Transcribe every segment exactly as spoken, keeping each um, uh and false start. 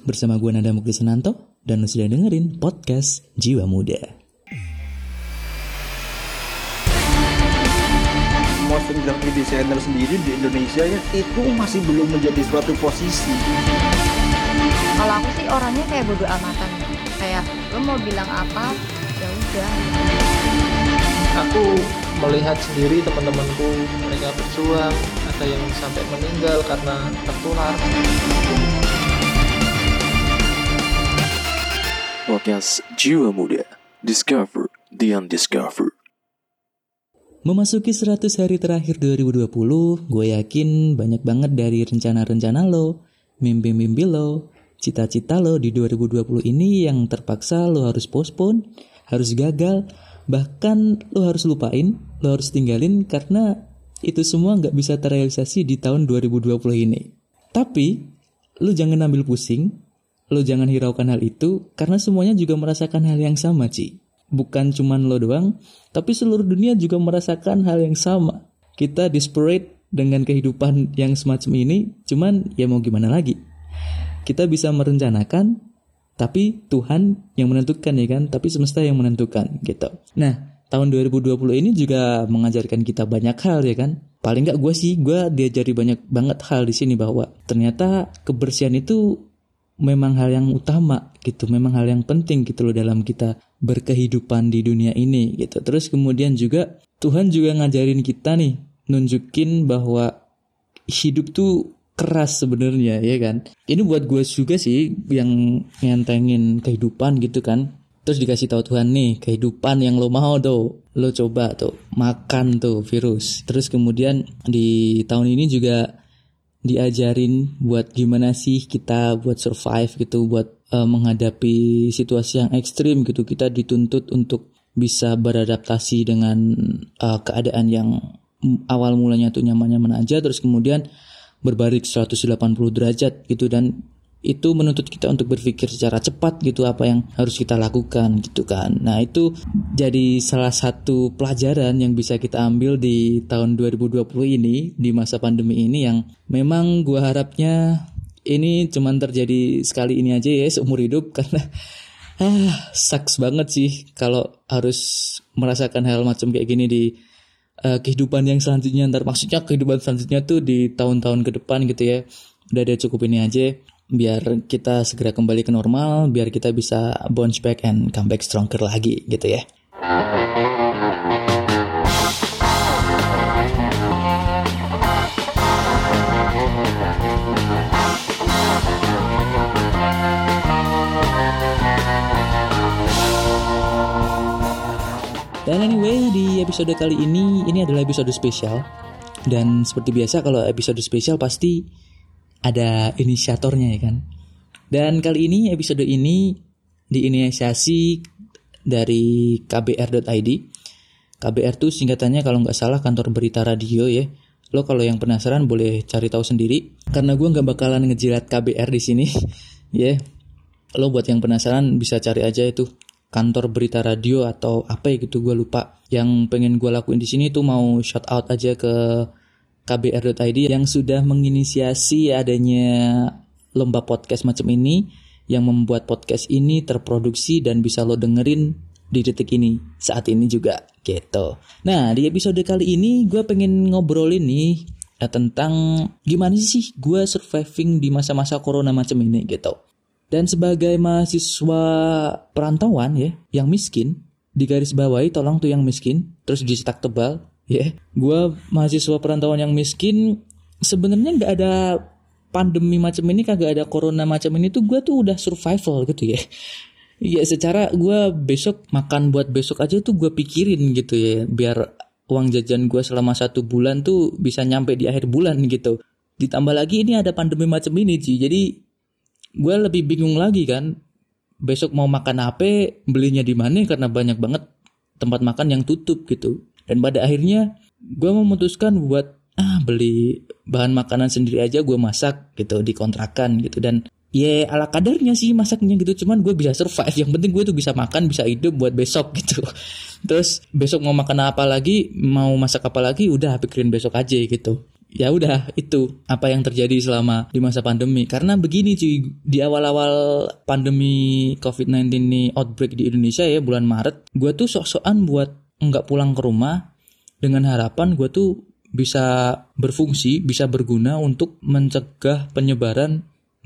bersama gue Nanda Mukti Senanto dan lu sudah dengerin podcast Jiwa Muda. Motion graphic designer sendiri di Indonesia ya, itu masih belum menjadi suatu posisi. Kalau aku sih orangnya kayak bodo amatan, kayak lo mau bilang apa ya udah. Aku melihat sendiri teman-temanku, mereka berjuang, ada yang sampai meninggal karena tertular. Podcast Jiwa Muda, Discover the Undiscovered. Memasuki seratus hari terakhir dua ribu dua puluh, gue yakin banyak banget dari rencana-rencana lo, mimpi-mimpi lo, cita-cita lo di dua ribu dua puluh ini yang terpaksa lo harus postpone, harus gagal, bahkan lo harus lupain, lo harus tinggalin karena itu semua gak bisa terrealisasi di tahun dua ribu dua puluh ini. Tapi, lo jangan ambil pusing, lo jangan hiraukan hal itu karena semuanya juga merasakan hal yang sama, Ci. Bukan cuman lo doang, tapi seluruh dunia juga merasakan hal yang sama. Kita desperate dengan kehidupan yang semacam ini, cuman ya mau gimana lagi. Kita bisa merencanakan, tapi Tuhan yang menentukan ya kan, tapi semesta yang menentukan gitu. Nah, tahun dua ribu dua puluh ini juga mengajarkan kita banyak hal ya kan. Paling gak gue sih, gue diajari banyak banget hal di sini bahwa ternyata kebersihan itu memang hal yang utama gitu, memang hal yang penting gitu loh dalam kita berkehidupan di dunia ini gitu. Terus kemudian juga Tuhan juga ngajarin kita nih, nunjukin bahwa hidup tuh keras sebenarnya ya kan. Ini buat gue juga sih yang ngentengin kehidupan gitu kan. Terus dikasih tahu Tuhan nih, kehidupan yang lo mau tuh, lo coba tuh makan tuh virus. Terus kemudian di tahun ini juga diajarin buat gimana sih kita buat survive gitu, buat uh, menghadapi situasi yang ekstrim gitu. Kita dituntut untuk bisa beradaptasi dengan uh, keadaan yang awal mulanya tuh nyaman-nyaman aja, terus kemudian berbalik seratus delapan puluh derajat gitu, dan itu menuntut kita untuk berpikir secara cepat gitu apa yang harus kita lakukan gitu kan. Nah itu jadi salah satu pelajaran yang bisa kita ambil di tahun dua ribu dua puluh ini, di masa pandemi ini, yang memang gua harapnya ini cuman terjadi sekali ini aja ya seumur hidup, karena ah sucks banget sih kalau harus merasakan hal macam kayak gini di uh, kehidupan yang selanjutnya. Ntar maksudnya kehidupan selanjutnya tuh di tahun-tahun ke depan gitu ya. Udah deh cukup ini aja, biar kita segera kembali ke normal, biar kita bisa bounce back and come back stronger lagi gitu ya. Dan anyway, di episode kali ini, ini adalah episode spesial. Dan seperti biasa kalau episode spesial pasti ada inisiatornya ya kan. Dan kali ini episode ini diinisiasi dari k b r dot i d. K B R tuh singkatannya kalau nggak salah kantor berita radio ya. Lo kalau yang penasaran boleh cari tahu sendiri. Karena gue nggak bakalan ngejilat K B R di sini, ya. Yeah. Lo buat yang penasaran bisa cari aja itu kantor berita radio atau apa ya gitu, gue lupa. Yang pengen gue lakuin di sini tuh mau shout out aja ke k b r dot i d yang sudah menginisiasi adanya lomba podcast macam ini, yang membuat podcast ini terproduksi dan bisa lo dengerin di detik ini, saat ini juga gitu. Nah di episode kali ini gue pengen ngobrolin nih ya, tentang gimana sih gue surviving di masa-masa corona macam ini gitu. Dan sebagai mahasiswa perantauan ya, yang miskin, di garis bawahi tolong tuh yang miskin, terus dicetak tebal. Ya, yeah. Gue mahasiswa perantauan yang miskin, sebenarnya nggak ada pandemi macam ini, kagak ada corona macam ini tuh gue tuh udah survival gitu ya. Ya secara gue besok makan buat besok aja tuh gue pikirin gitu ya, biar uang jajan gue selama satu bulan tuh bisa nyampe di akhir bulan gitu. Ditambah lagi ini ada pandemi macam ini Ci, jadi gue lebih bingung lagi kan. Besok mau makan apa, belinya di mana, karena banyak banget tempat makan yang tutup gitu. Dan pada akhirnya gue memutuskan buat ah beli bahan makanan sendiri aja, gue masak gitu di kontrakan gitu. Dan ya ala kadarnya sih masaknya gitu, cuman gue bisa survive. Yang penting gue tuh bisa makan, bisa hidup buat besok gitu. Terus besok mau makan apa lagi, mau masak apa lagi, udah pikirin besok aja gitu. ya udah itu apa yang terjadi selama di masa pandemi. Karena begini cuy, di awal-awal pandemi covid sembilan belas ini outbreak di Indonesia ya bulan Maret, gue tuh sok-sokan buat nggak pulang ke rumah dengan harapan gue tuh bisa berfungsi, bisa berguna untuk mencegah penyebaran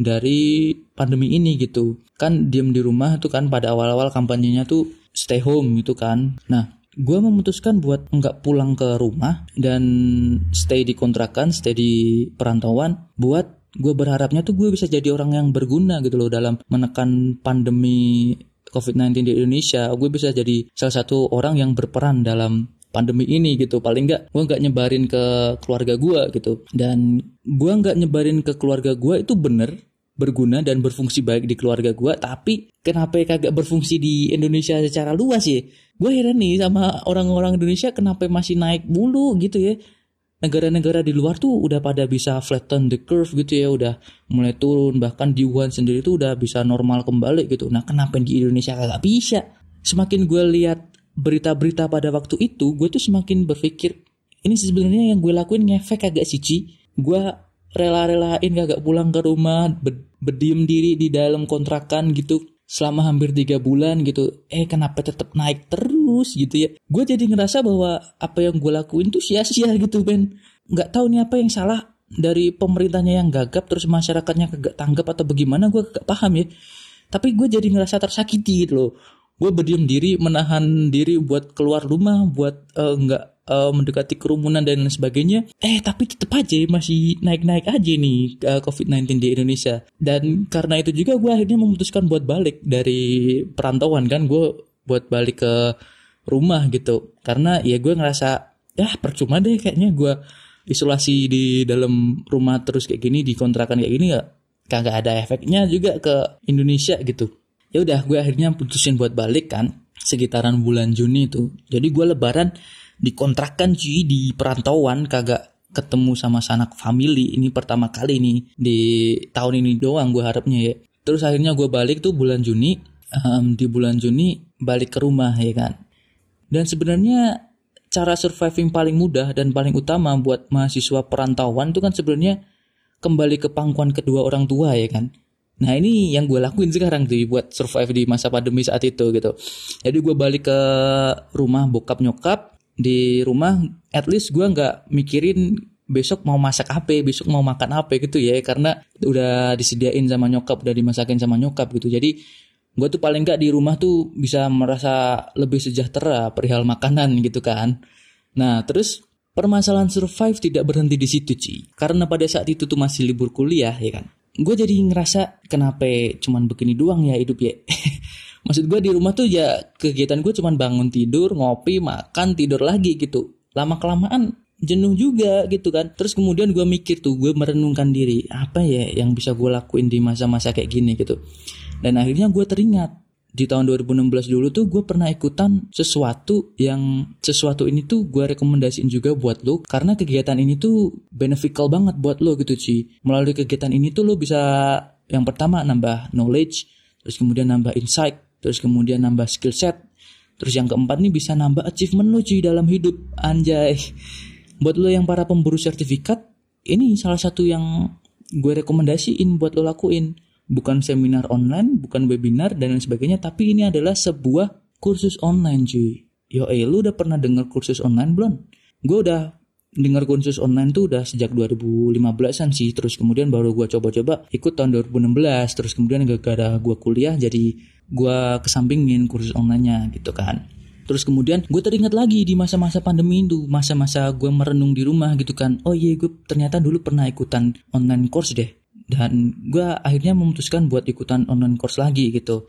dari pandemi ini gitu. Kan diem di rumah tuh kan pada awal-awal kampanyenya tuh stay home gitu kan. Nah, gue memutuskan buat nggak pulang ke rumah dan stay di kontrakan, stay di perantauan. Buat gue berharapnya tuh gue bisa jadi orang yang berguna gitu loh dalam menekan pandemi covid sembilan belas di Indonesia. Gue bisa jadi salah satu orang yang berperan dalam pandemi ini gitu. Paling nggak gue nggak nyebarin ke keluarga gue gitu. Dan gue nggak nyebarin ke keluarga gue itu bener berguna dan berfungsi baik di keluarga gue, tapi kenapa kagak berfungsi di Indonesia secara luas ya? Gue heran nih sama orang-orang Indonesia kenapa masih naik mulu gitu ya. Negara-negara di luar tuh udah pada bisa flatten the curve gitu ya, udah mulai turun, bahkan di Wuhan sendiri tuh udah bisa normal kembali gitu. Nah kenapa di Indonesia kagak bisa? Semakin gue lihat berita-berita pada waktu itu, gue tuh semakin berpikir ini sebenarnya yang gue lakuin ngefek agak sih Ci. Gue rela-relain kagak pulang ke rumah, berdiam diri di dalam kontrakan gitu selama hampir tiga bulan gitu. Eh kenapa tetap naik terus gitu ya? Gue jadi ngerasa bahwa apa yang gue lakuin tuh sia-sia gitu Ben. Gak tahu nih apa yang salah dari pemerintahnya yang gagap terus masyarakatnya kagak tanggap atau bagaimana, gue gak paham ya. Tapi gue jadi ngerasa tersakiti gitu loh. Gue berdiam diri, menahan diri buat keluar rumah, buat uh, gak Uh, mendekati kerumunan dan lain sebagainya. Eh tapi tetap aja masih naik-naik aja nih uh, covid sembilan belas di Indonesia. Dan karena itu juga gue akhirnya memutuskan buat balik dari perantauan kan. Gue buat balik ke rumah gitu. Karena ya gue ngerasa ya percuma deh kayaknya gue isolasi di dalam rumah terus kayak gini, di kontrakan kayak gini ya kagak ada efeknya juga ke Indonesia gitu. Ya udah gue akhirnya putusin buat balik kan sekitaran bulan Juni itu. Jadi gue lebaran dikontrakan cuy di perantauan, kagak ketemu sama sanak family. Ini pertama kali nih di tahun ini doang gue harapnya ya. Terus akhirnya gue balik tuh bulan Juni. um, Di bulan Juni balik ke rumah ya kan. Dan sebenarnya cara surviving paling mudah dan paling utama buat mahasiswa perantauan tuh kan sebenarnya kembali ke pangkuan kedua orang tua ya kan. Nah ini yang gue lakuin sekarang tuh buat survive di masa pandemi saat itu gitu. Jadi gue balik ke rumah bokap nyokap. Di rumah at least gue gak mikirin besok mau masak apa, besok mau makan apa gitu ya. Karena udah disediain sama nyokap, udah dimasakin sama nyokap gitu. Jadi gue tuh paling gak di rumah tuh bisa merasa lebih sejahtera perihal makanan gitu kan. Nah terus permasalahan survive tidak berhenti di situ Ci. Karena pada saat itu tuh masih libur kuliah ya kan. Gue jadi ngerasa kenapa cuman begini doang ya hidup ya. Maksud gue di rumah tuh ya kegiatan gue cuman bangun tidur, ngopi, makan, tidur lagi gitu. Lama-kelamaan jenuh juga gitu kan. Terus kemudian gue mikir tuh, gue merenungkan diri. Apa ya yang bisa gue lakuin di masa-masa kayak gini gitu. Dan akhirnya gue teringat. Di tahun dua ribu enam belas dulu tuh gue pernah ikutan sesuatu yang sesuatu ini tuh gue rekomendasiin juga buat lo. Karena kegiatan ini tuh beneficial banget buat lo gitu Ci. Melalui kegiatan ini tuh lo bisa yang pertama nambah knowledge. Terus kemudian nambah insight. Terus kemudian nambah skill set. Terus yang keempat nih bisa nambah achievement lo cuy dalam hidup. Anjay. Buat lo yang para pemburu sertifikat, ini salah satu yang gue rekomendasiin buat lo lakuin. Bukan seminar online, bukan webinar dan lain sebagainya, tapi ini adalah sebuah kursus online cuy. Yo eh lo udah pernah dengar kursus online belum? Gue udah dengar kursus online tuh udah sejak dua ribu lima belasan sih. Terus kemudian baru gue coba-coba ikut tahun dua ribu enam belas. Terus kemudian gara-gara gue kuliah jadi gue kesampingin kursus online-nya gitu kan. Terus kemudian gue teringat lagi di masa-masa pandemi itu, masa-masa gue merenung di rumah gitu kan. Oh iya gue ternyata dulu pernah ikutan online course deh. Dan gue akhirnya memutuskan buat ikutan online course lagi gitu.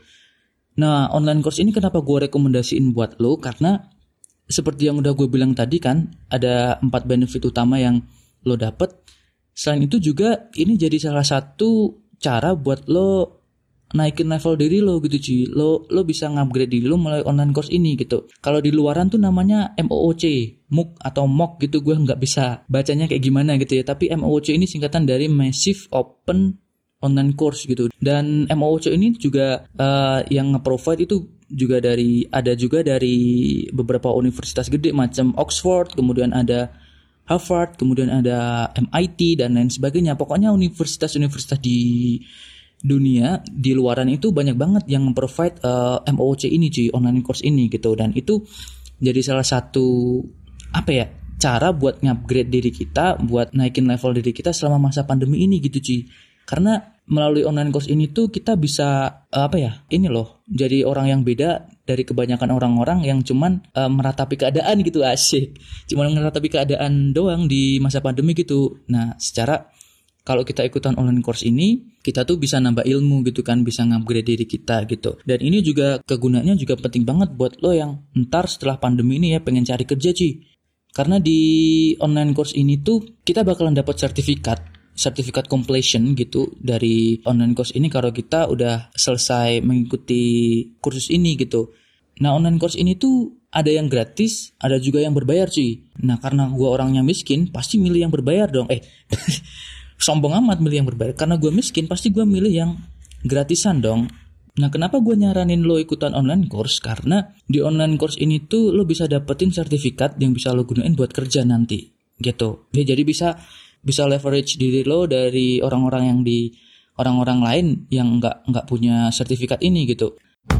Nah online course ini kenapa gue rekomendasiin buat lo? Karena seperti yang udah gue bilang tadi kan, ada empat benefit utama yang lo dapet. Selain itu juga ini jadi salah satu cara buat lo naikin level diri lo gitu cuy. Lo lo bisa ngupgrade diri lo melalui online course ini gitu. Kalau di luaran tuh namanya M O O C, M O O C atau M O O C gitu, gue nggak bisa bacanya kayak gimana gitu ya. Tapi M O O C ini singkatan dari Massive Open Online Course gitu. Dan M O O C ini juga uh, yang nge-provide itu juga dari ada juga dari beberapa universitas gede macam Oxford, kemudian ada Harvard, kemudian ada M I T dan lain sebagainya. Pokoknya universitas-universitas di dunia di luaran itu banyak banget yang provide uh, M O O C ini cuy, online course ini gitu. Dan itu jadi salah satu apa ya, cara buat ngupgrade diri kita, buat naikin level diri kita selama masa pandemi ini gitu cuy. Karena melalui online course ini tuh kita bisa uh, apa ya, ini loh, jadi orang yang beda dari kebanyakan orang-orang yang cuman uh, meratapi keadaan gitu, asik. Cuman meratapi keadaan doang di masa pandemi gitu. Nah, secara kalau kita ikutan online course ini, kita tuh bisa nambah ilmu gitu kan, bisa ngupgrade diri kita gitu. Dan ini juga kegunaannya juga penting banget buat lo yang ntar setelah pandemi ini ya pengen cari kerja cuy. Karena di online course ini tuh kita bakalan dapat sertifikat, sertifikat completion gitu dari online course ini kalau kita udah selesai mengikuti kursus ini gitu. Nah, online course ini tuh ada yang gratis, ada juga yang berbayar cuy. Nah, karena gue orangnya miskin, pasti milih yang berbayar dong. Eh, sombong amat milih yang berbayar. Karena gue miskin, pasti gue milih yang gratisan dong. Nah, kenapa gue nyaranin lo ikutan online course? Karena di online course ini tuh lo bisa dapetin sertifikat yang bisa lo gunain buat kerja nanti, gitu. Ya, jadi bisa bisa leverage diri lo dari orang-orang yang di orang-orang lain yang nggak nggak punya sertifikat ini gitu.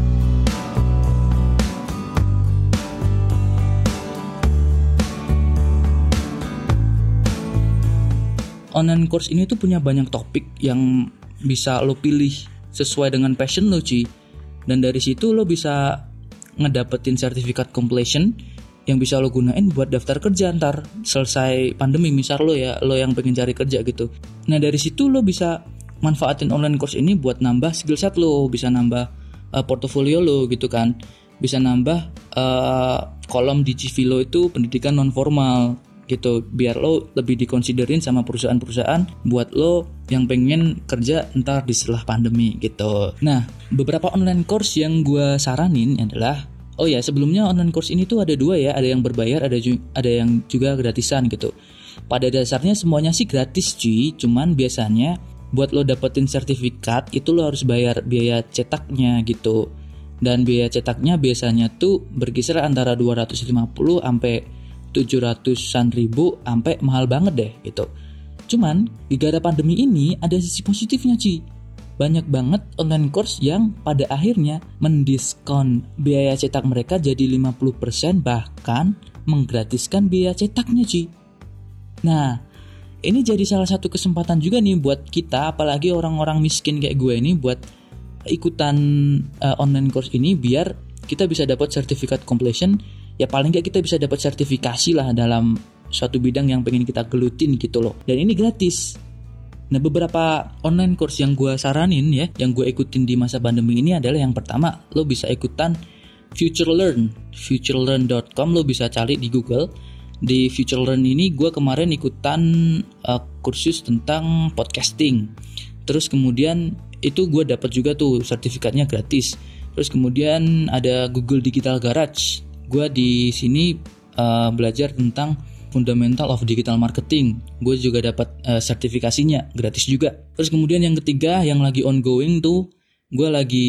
Online course ini tuh punya banyak topik yang bisa lo pilih sesuai dengan passion lo cuy. Dan dari situ lo bisa ngedapetin sertifikat completion yang bisa lo gunain buat daftar kerja ntar selesai pandemi. Misal lo ya, lo yang pengen cari kerja gitu. Nah, dari situ lo bisa manfaatin online course ini buat nambah skill set lo, bisa nambah uh, portofolio lo gitu kan. Bisa nambah uh, kolom di C V lo itu pendidikan non formal gitu, biar lo lebih dikonsiderin sama perusahaan-perusahaan buat lo yang pengen kerja ntar di setelah pandemi gitu. Nah, beberapa online course yang gue saranin adalah, oh ya, sebelumnya online course ini tuh ada dua ya, ada yang berbayar, ada ju- ada yang juga gratisan gitu. Pada dasarnya semuanya sih gratis cuy, cuman biasanya buat lo dapetin sertifikat itu lo harus bayar biaya cetaknya gitu. Dan biaya cetaknya biasanya tuh berkisar antara dua ratus lima puluh sampai tujuh ratusan ribu sampai mahal banget deh gitu. Cuman di gara pandemi ini ada sisi positifnya cuy. Banyak banget online course yang pada akhirnya mendiskon biaya cetak mereka jadi lima puluh persen, bahkan menggratiskan biaya cetaknya cuy. Nah, ini jadi salah satu kesempatan juga nih buat kita, apalagi orang-orang miskin kayak gue ini, buat ikutan uh, online course ini biar kita bisa dapat sertifikat completion. Ya paling nggak kita bisa dapat sertifikasi lah dalam suatu bidang yang pengen kita gelutin gitu loh. Dan ini gratis. Nah, beberapa online course yang gue saranin ya, yang gue ikutin di masa pandemi ini adalah yang pertama, lo bisa ikutan FutureLearn, futurelearn dot com, lo bisa cari di Google. Di FutureLearn ini gue kemarin ikutan uh, kursus tentang podcasting. Terus kemudian itu gue dapat juga tuh sertifikatnya gratis. Terus kemudian ada Google Digital Garage. Gue di sini uh, belajar tentang Fundamental of Digital Marketing. Gue juga dapat uh, sertifikasinya gratis juga. Terus kemudian yang ketiga yang lagi ongoing tuh, gue lagi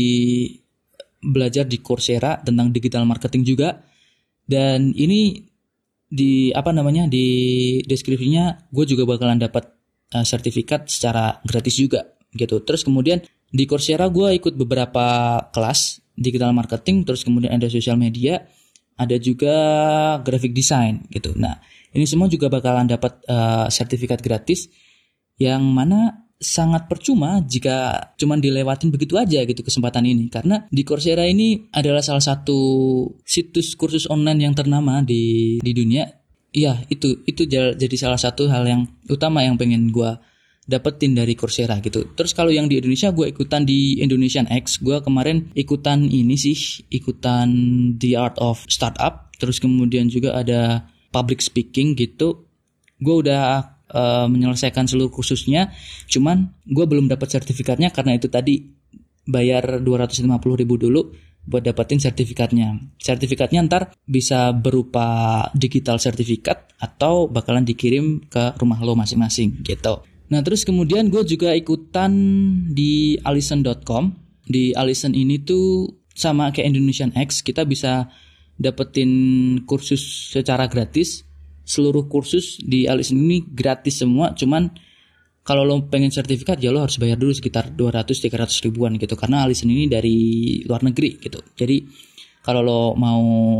belajar di Coursera tentang digital marketing juga. Dan ini di apa namanya di deskripsinya gue juga bakalan dapat uh, sertifikat secara gratis juga gitu. Terus kemudian di Coursera gue ikut beberapa kelas digital marketing. Terus kemudian ada social media, ada juga graphic design gitu. Nah, ini semua juga bakalan dapat uh, sertifikat gratis yang mana sangat percuma jika cuman dilewatin begitu aja gitu kesempatan ini. Karena di Coursera ini adalah salah satu situs kursus online yang ternama di di dunia. Iya, itu itu jadi salah satu hal yang utama yang pengen gue dapetin dari Coursera gitu. Terus kalau yang di Indonesia, gue ikutan di Indonesian X. Gue kemarin ikutan ini sih, ikutan The Art of Startup. Terus kemudian juga ada public speaking gitu. Gue udah uh, menyelesaikan seluruh kursusnya. Cuman gue belum dapat sertifikatnya karena itu tadi bayar dua ratus lima puluh ribu dulu buat dapetin sertifikatnya. Sertifikatnya ntar bisa berupa digital sertifikat atau bakalan dikirim ke rumah lo masing-masing gitu. Nah, terus kemudian gue juga ikutan di alison dot com. Di Alison ini tuh sama kayak Indonesian X, kita bisa dapetin kursus secara gratis seluruh kursus di Alison ini gratis semua, cuman kalau lo pengen sertifikat ya lo harus bayar dulu sekitar dua ratus sampai tiga ratus ribuan gitu, karena Alison ini dari luar negeri gitu. Jadi kalau lo mau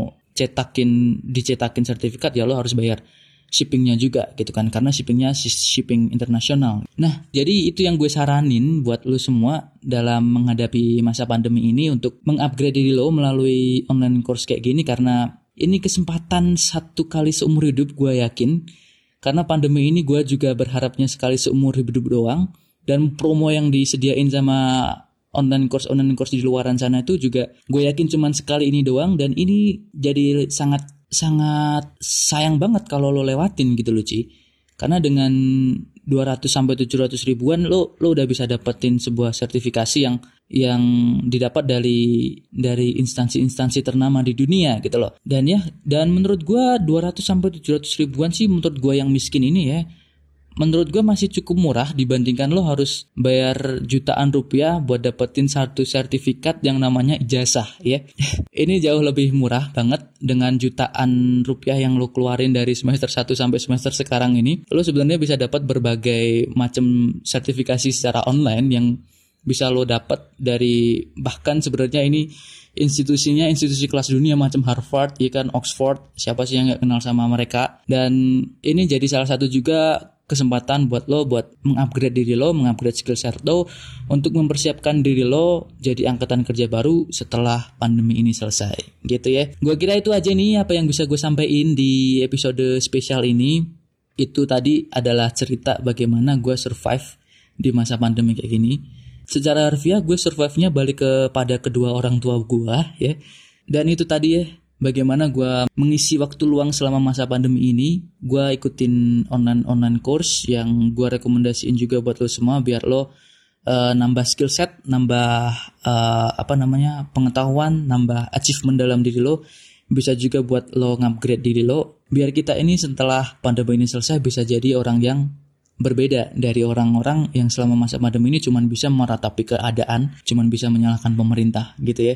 cetakin dicetakin sertifikat ya lo harus bayar shippingnya juga gitu kan, karena shippingnya shipping internasional. Nah, jadi itu yang gue saranin buat lo semua dalam menghadapi masa pandemi ini untuk mengupgrade diri lo melalui online course kayak gini, karena ini kesempatan satu kali seumur hidup gue yakin. Karena pandemi ini gue juga berharapnya sekali seumur hidup doang, dan promo yang disediain sama online course online course di luaran sana itu juga gue yakin cuman sekali ini doang, dan ini jadi sangat sangat sayang banget kalau lo lewatin gitu loh Ci. Karena dengan dua ratus sampai tujuh ratus ribuan lo lo udah bisa dapetin sebuah sertifikasi yang yang didapat dari dari instansi-instansi ternama di dunia gitu loh. Dan ya dan menurut gue dua ratus sampai tujuh ratus ribuan sih menurut gue yang miskin ini ya, menurut gue masih cukup murah dibandingkan lo harus bayar jutaan rupiah buat dapetin satu sertifikat yang namanya ijazah ya. Ini jauh lebih murah banget dengan jutaan rupiah yang lo keluarin dari semester satu sampai semester sekarang ini. Lo sebenarnya bisa dapat berbagai macam sertifikasi secara online yang bisa lo dapat dari, bahkan sebenarnya ini institusinya institusi kelas dunia macam Harvard, ya kan, Oxford, siapa sih yang nggak kenal sama mereka. Dan ini jadi salah satu juga kesempatan buat lo buat mengupgrade diri lo, mengupgrade skill set lo untuk mempersiapkan diri lo jadi angkatan kerja baru setelah pandemi ini selesai gitu ya. Gue kira itu aja nih apa yang bisa gue sampaikan di episode spesial ini. Itu tadi adalah cerita bagaimana gue survive di masa pandemi kayak gini. Secara harfiah gue survive-nya balik kepada kedua orang tua gue ya. Dan itu tadi ya, bagaimana gue mengisi waktu luang selama masa pandemi ini. Gue ikutin online-online course yang gue rekomendasiin juga buat lo semua, biar lo uh, nambah skill set, nambah uh, apa namanya pengetahuan, nambah achievement dalam diri lo. Bisa juga buat lo ngupgrade diri lo, biar kita ini setelah pandemi ini selesai bisa jadi orang yang berbeda dari orang-orang yang selama masa pandemi ini cuman bisa meratapi keadaan, cuman bisa menyalahkan pemerintah gitu ya.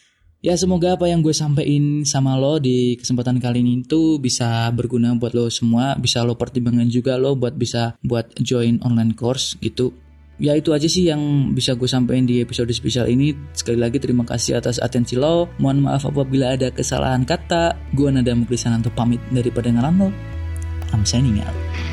Ya semoga apa yang gue sampein sama lo di kesempatan kali ini itu bisa berguna buat lo semua, bisa lo pertimbangkan juga lo buat bisa buat join online course gitu. Ya itu aja sih yang bisa gue sampaikan di episode spesial ini. Sekali lagi terima kasih atas atensi lo. Mohon maaf apabila ada kesalahan kata. Gue Nada Muklisananto pamit dari pendengaran lo. I'm signing out.